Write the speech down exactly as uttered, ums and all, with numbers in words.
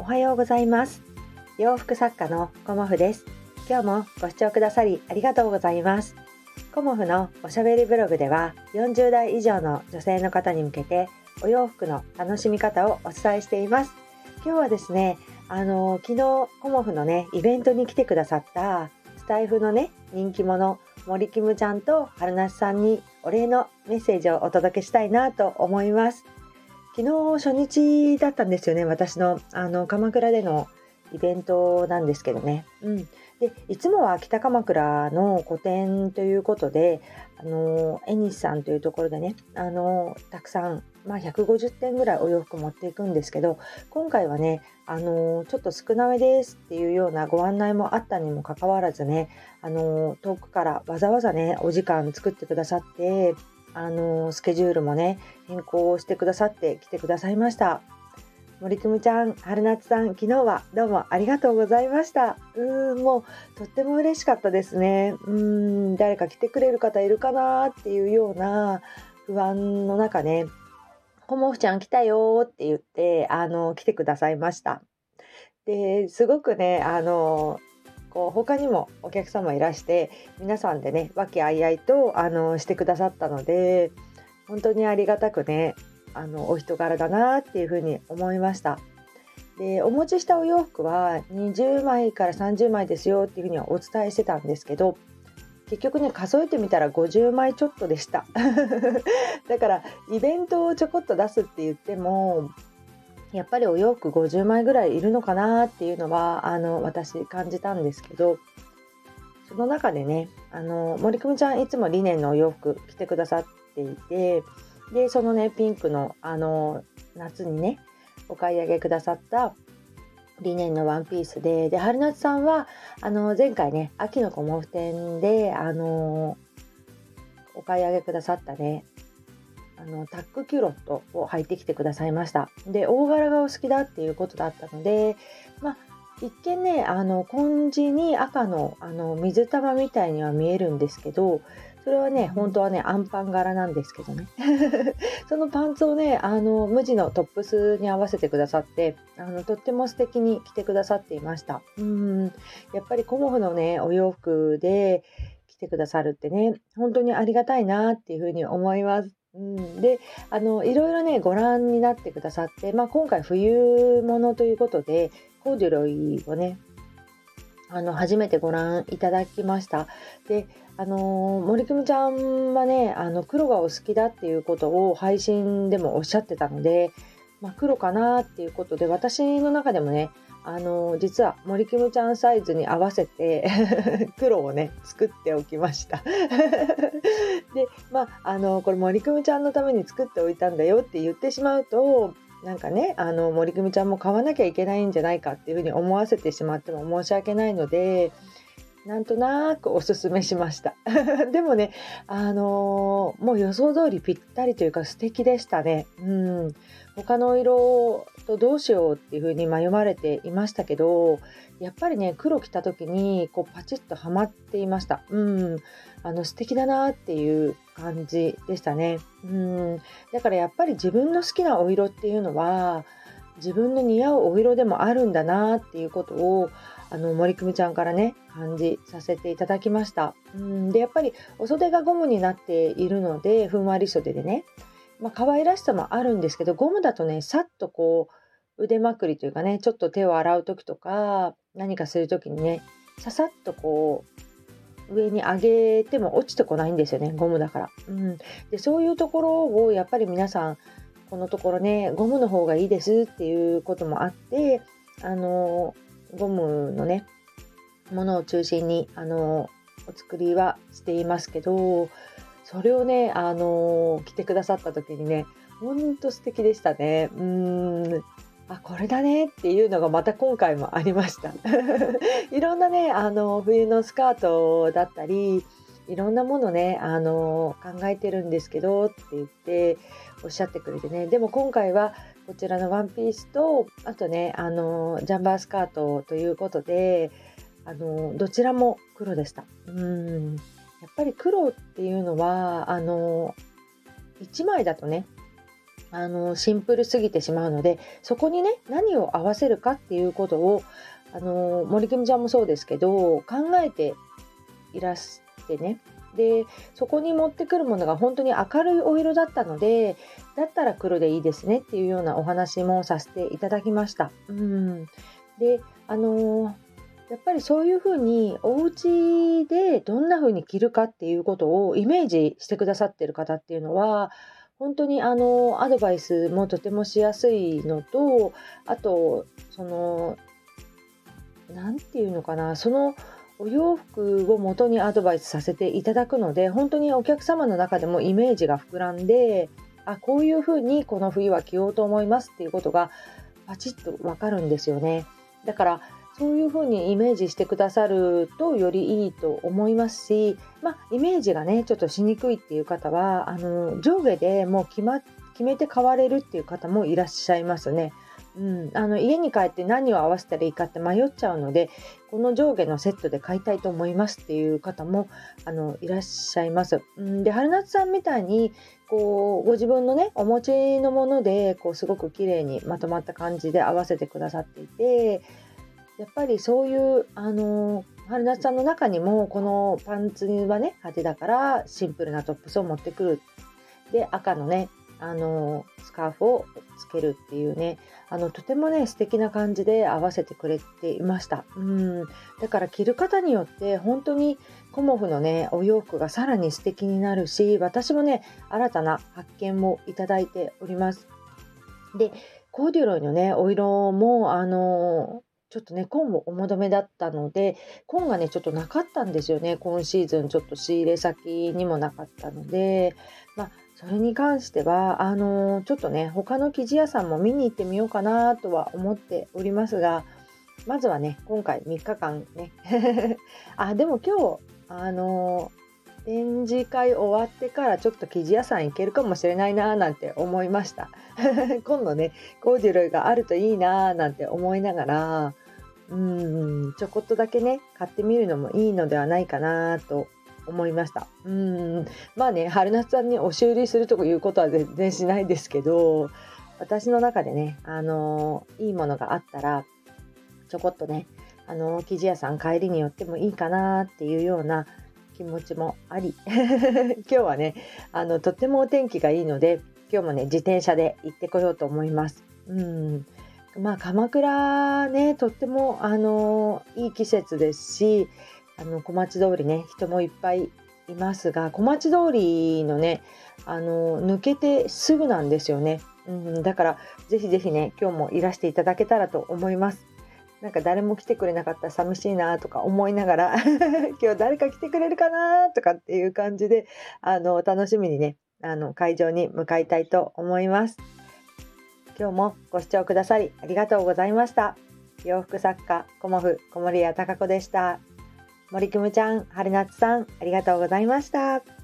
はようございます。洋服作家のコモフです。今日もご視聴くださりありがとうございます。コモフのおしゃべりブログではよんじゅう代以上の女性の方に向けてお洋服の楽しみ方をお伝えしています。今日はですね、あの昨日コモフのねイベントに来てくださったスタイフのね人気者森キムちゃんと春夏さんにお礼のメッセージをお届けしたいなと思います。昨日初日だったんですよね。私のあの鎌倉でのイベントなんですけどね。うん。で、いつもは北鎌倉の個展ということで、あのエニスさんというところでね、あのたくさん、まあ、ひゃくごじゅってんぐらいお洋服持っていくんですけど、今回はね、あのちょっと少なめですっていうようなご案内もあったにもかかわらずね、あの遠くからわざわざねお時間作ってくださって、あのスケジュールもね変更してくださって来てくださいました。森くむちゃん、春夏さん、昨日はどうもありがとうございました。うーん、もうとっても嬉しかったですね。うーん、誰か来てくれる方いるかなっていうような不安の中ね、コモフちゃん来たよって言ってあの来てくださいました。で、すごくね、あのこう他にもお客様いらして皆さんでね和気あいあいとあのしてくださったので、本当にありがたくね、あのお人柄だなっていうふうに思いました。で、お持ちしたお洋服はにじゅうまいからさんじゅうまいですよっていうふうにはお伝えしてたんですけど、結局ね数えてみたらごじゅうまいちょっとでしただからイベントをちょこっと出すって言ってもやっぱりお洋服ごじゅうまいぐらいいるのかなっていうのはあの私感じたんですけど、その中でね、あの森くむちゃんいつもリネンのお洋服着てくださっていて、でそのねピンクのあの夏にねお買い上げくださったリネンのワンピースで、で春夏さんはあの前回ね秋のコモフ展であのお買い上げくださったねあのタックキュロットを履いてきてくださいました。で、大柄がお好きだっていうことだったので、まあ一見ねあの紺地に赤のあの水玉みたいには見えるんですけど、それはね本当はねアンパン柄なんですけどねそのパンツをねあの無地のトップスに合わせてくださって、あのとっても素敵に着てくださっていました。うん、やっぱりコモフのねお洋服で来てくださるってね本当にありがたいなっていうふうに思います。うん、であのいろいろねご覧になってくださって、まあ、今回冬物ということでコーデュロイをねあの初めてご覧いただきました。で、あのー森くむちゃんはねあの黒がお好きだっていうことを配信でもおっしゃってたので、まあ、黒かなっていうことで私の中でもねあのー実は森くむちゃんサイズに合わせて黒をね作っておきましたで、まあ、あのこれ森くむちゃんのために作っておいたんだよって言ってしまうと、なんかねあの森くむちゃんも買わなきゃいけないんじゃないかっていうふうに思わせてしまっても申し訳ないので、なんとなくおすすめしましたでもね、あのーもう予想通りぴったりというか素敵でしたね。うん、他の色とどうしようっていう風に迷われていましたけど、やっぱりね黒着た時にこうパチッとはまっていました。うん、あの素敵だなっていう感じでしたね。うん、だからやっぱり自分の好きなお色っていうのは自分の似合うお色でもあるんだなっていうことをあの森くむちゃんからね感じさせていただきました。うんでやっぱりお袖がゴムになっているのでふんわり袖でね、まあ可愛らしさもあるんですけど、ゴムだとねさっとこう腕まくりというかね、ちょっと手を洗う時とか何かする時にねささっとこう上に上げても落ちてこないんですよね、ゴムだから。うん、でそういうところをやっぱり皆さんこのところねゴムの方がいいですっていうこともあって、あのゴムのねものを中心にあのお作りはしていますけど、それをねあの着てくださった時にねほんと素敵でしたね。うーん、あ、これだねっていうのがまた今回もありましたいろんなねあの冬のスカートだったりいろんなものねあの考えてるんですけどって言っておっしゃってくれてね、でも今回はこちらのワンピースとあとねあのジャンバースカートということで、あのどちらも黒でした。うん、やっぱり黒っていうのはあのいちまいだとねあのシンプルすぎてしまうので、そこにね何を合わせるかっていうことをあの森キムちゃんもそうですけど考えていらしてね。でそこに持ってくるものが本当に明るいお色だったので、だったら黒でいいですねっていうようなお話もさせていただきました。うんであのやっぱりそういうふうにお家でどんな風に着るかっていうことをイメージしてくださってる方っていうのは、本当にあのアドバイスもとてもしやすいのと、あとそのなんていうのかな、そのお洋服を元にアドバイスさせていただくので、本当にお客様の中でもイメージが膨らんで、あ、こういう風にこの冬は着ようと思いますっていうことがパチッとわかるんですよね。だからそういう風にイメージしてくださるとよりいいと思いますし、まあ、イメージがねちょっとしにくいっていう方はあの上下でもう決ま決めて買われるっていう方もいらっしゃいますね。うん、あの家に帰って何を合わせたらいいかって迷っちゃうので、この上下のセットで買いたいと思いますっていう方もあのいらっしゃいます。うん、で春夏さんみたいにこうご自分のねお持ちのものでこうすごく綺麗にまとまった感じで合わせてくださっていて、やっぱりそういうあの春夏さんの中にもこのパンツはね派手だからシンプルなトップスを持ってくる。で赤のねあのスカーフをつけるっていうね、あのとてもね素敵な感じで合わせてくれていました。うん、だから着る方によって本当にコモフのねお洋服がさらに素敵になるし、私もね新たな発見もいただいております。でコーデュロイのねお色もあのちょっとね紺をお求めだったので、紺がねちょっとなかったんですよね。今シーズンちょっと仕入れ先にもなかったので、まあそれに関してはあのちょっとね他の生地屋さんも見に行ってみようかなとは思っておりますが、まずはね今回みっかかんねあでも今日あの展示会終わってからちょっと生地屋さん行けるかもしれないなーなんて思いました今度ねコーデュロイがあるといいなーなんて思いながら、うーんちょこっとだけね買ってみるのもいいのではないかなと思いました。うーんまあね春夏さんに押し売りするとかいうことは全然しないですけど、私の中でねあのーいいものがあったらちょこっとねあのー生地屋さん帰りに寄ってもいいかなっていうような気持ちもあり今日はねあのとってもお天気がいいので、今日もね自転車で行ってこようと思います。うんまあ鎌倉ねとってもあのいい季節ですし、あの小町通りね人もいっぱいいますが、小町通りのねあの抜けてすぐなんですよね。うん、だからぜひぜひね今日もいらしていただけたらと思います。なんか誰も来てくれなかったら寂しいなとか思いながら今日誰か来てくれるかなとかっていう感じであの楽しみにねあの会場に向かいたいと思います。今日もご視聴くださりありがとうございました。洋服作家コモフ小森屋貴子でした。森くむちゃん、春夏さんありがとうございました。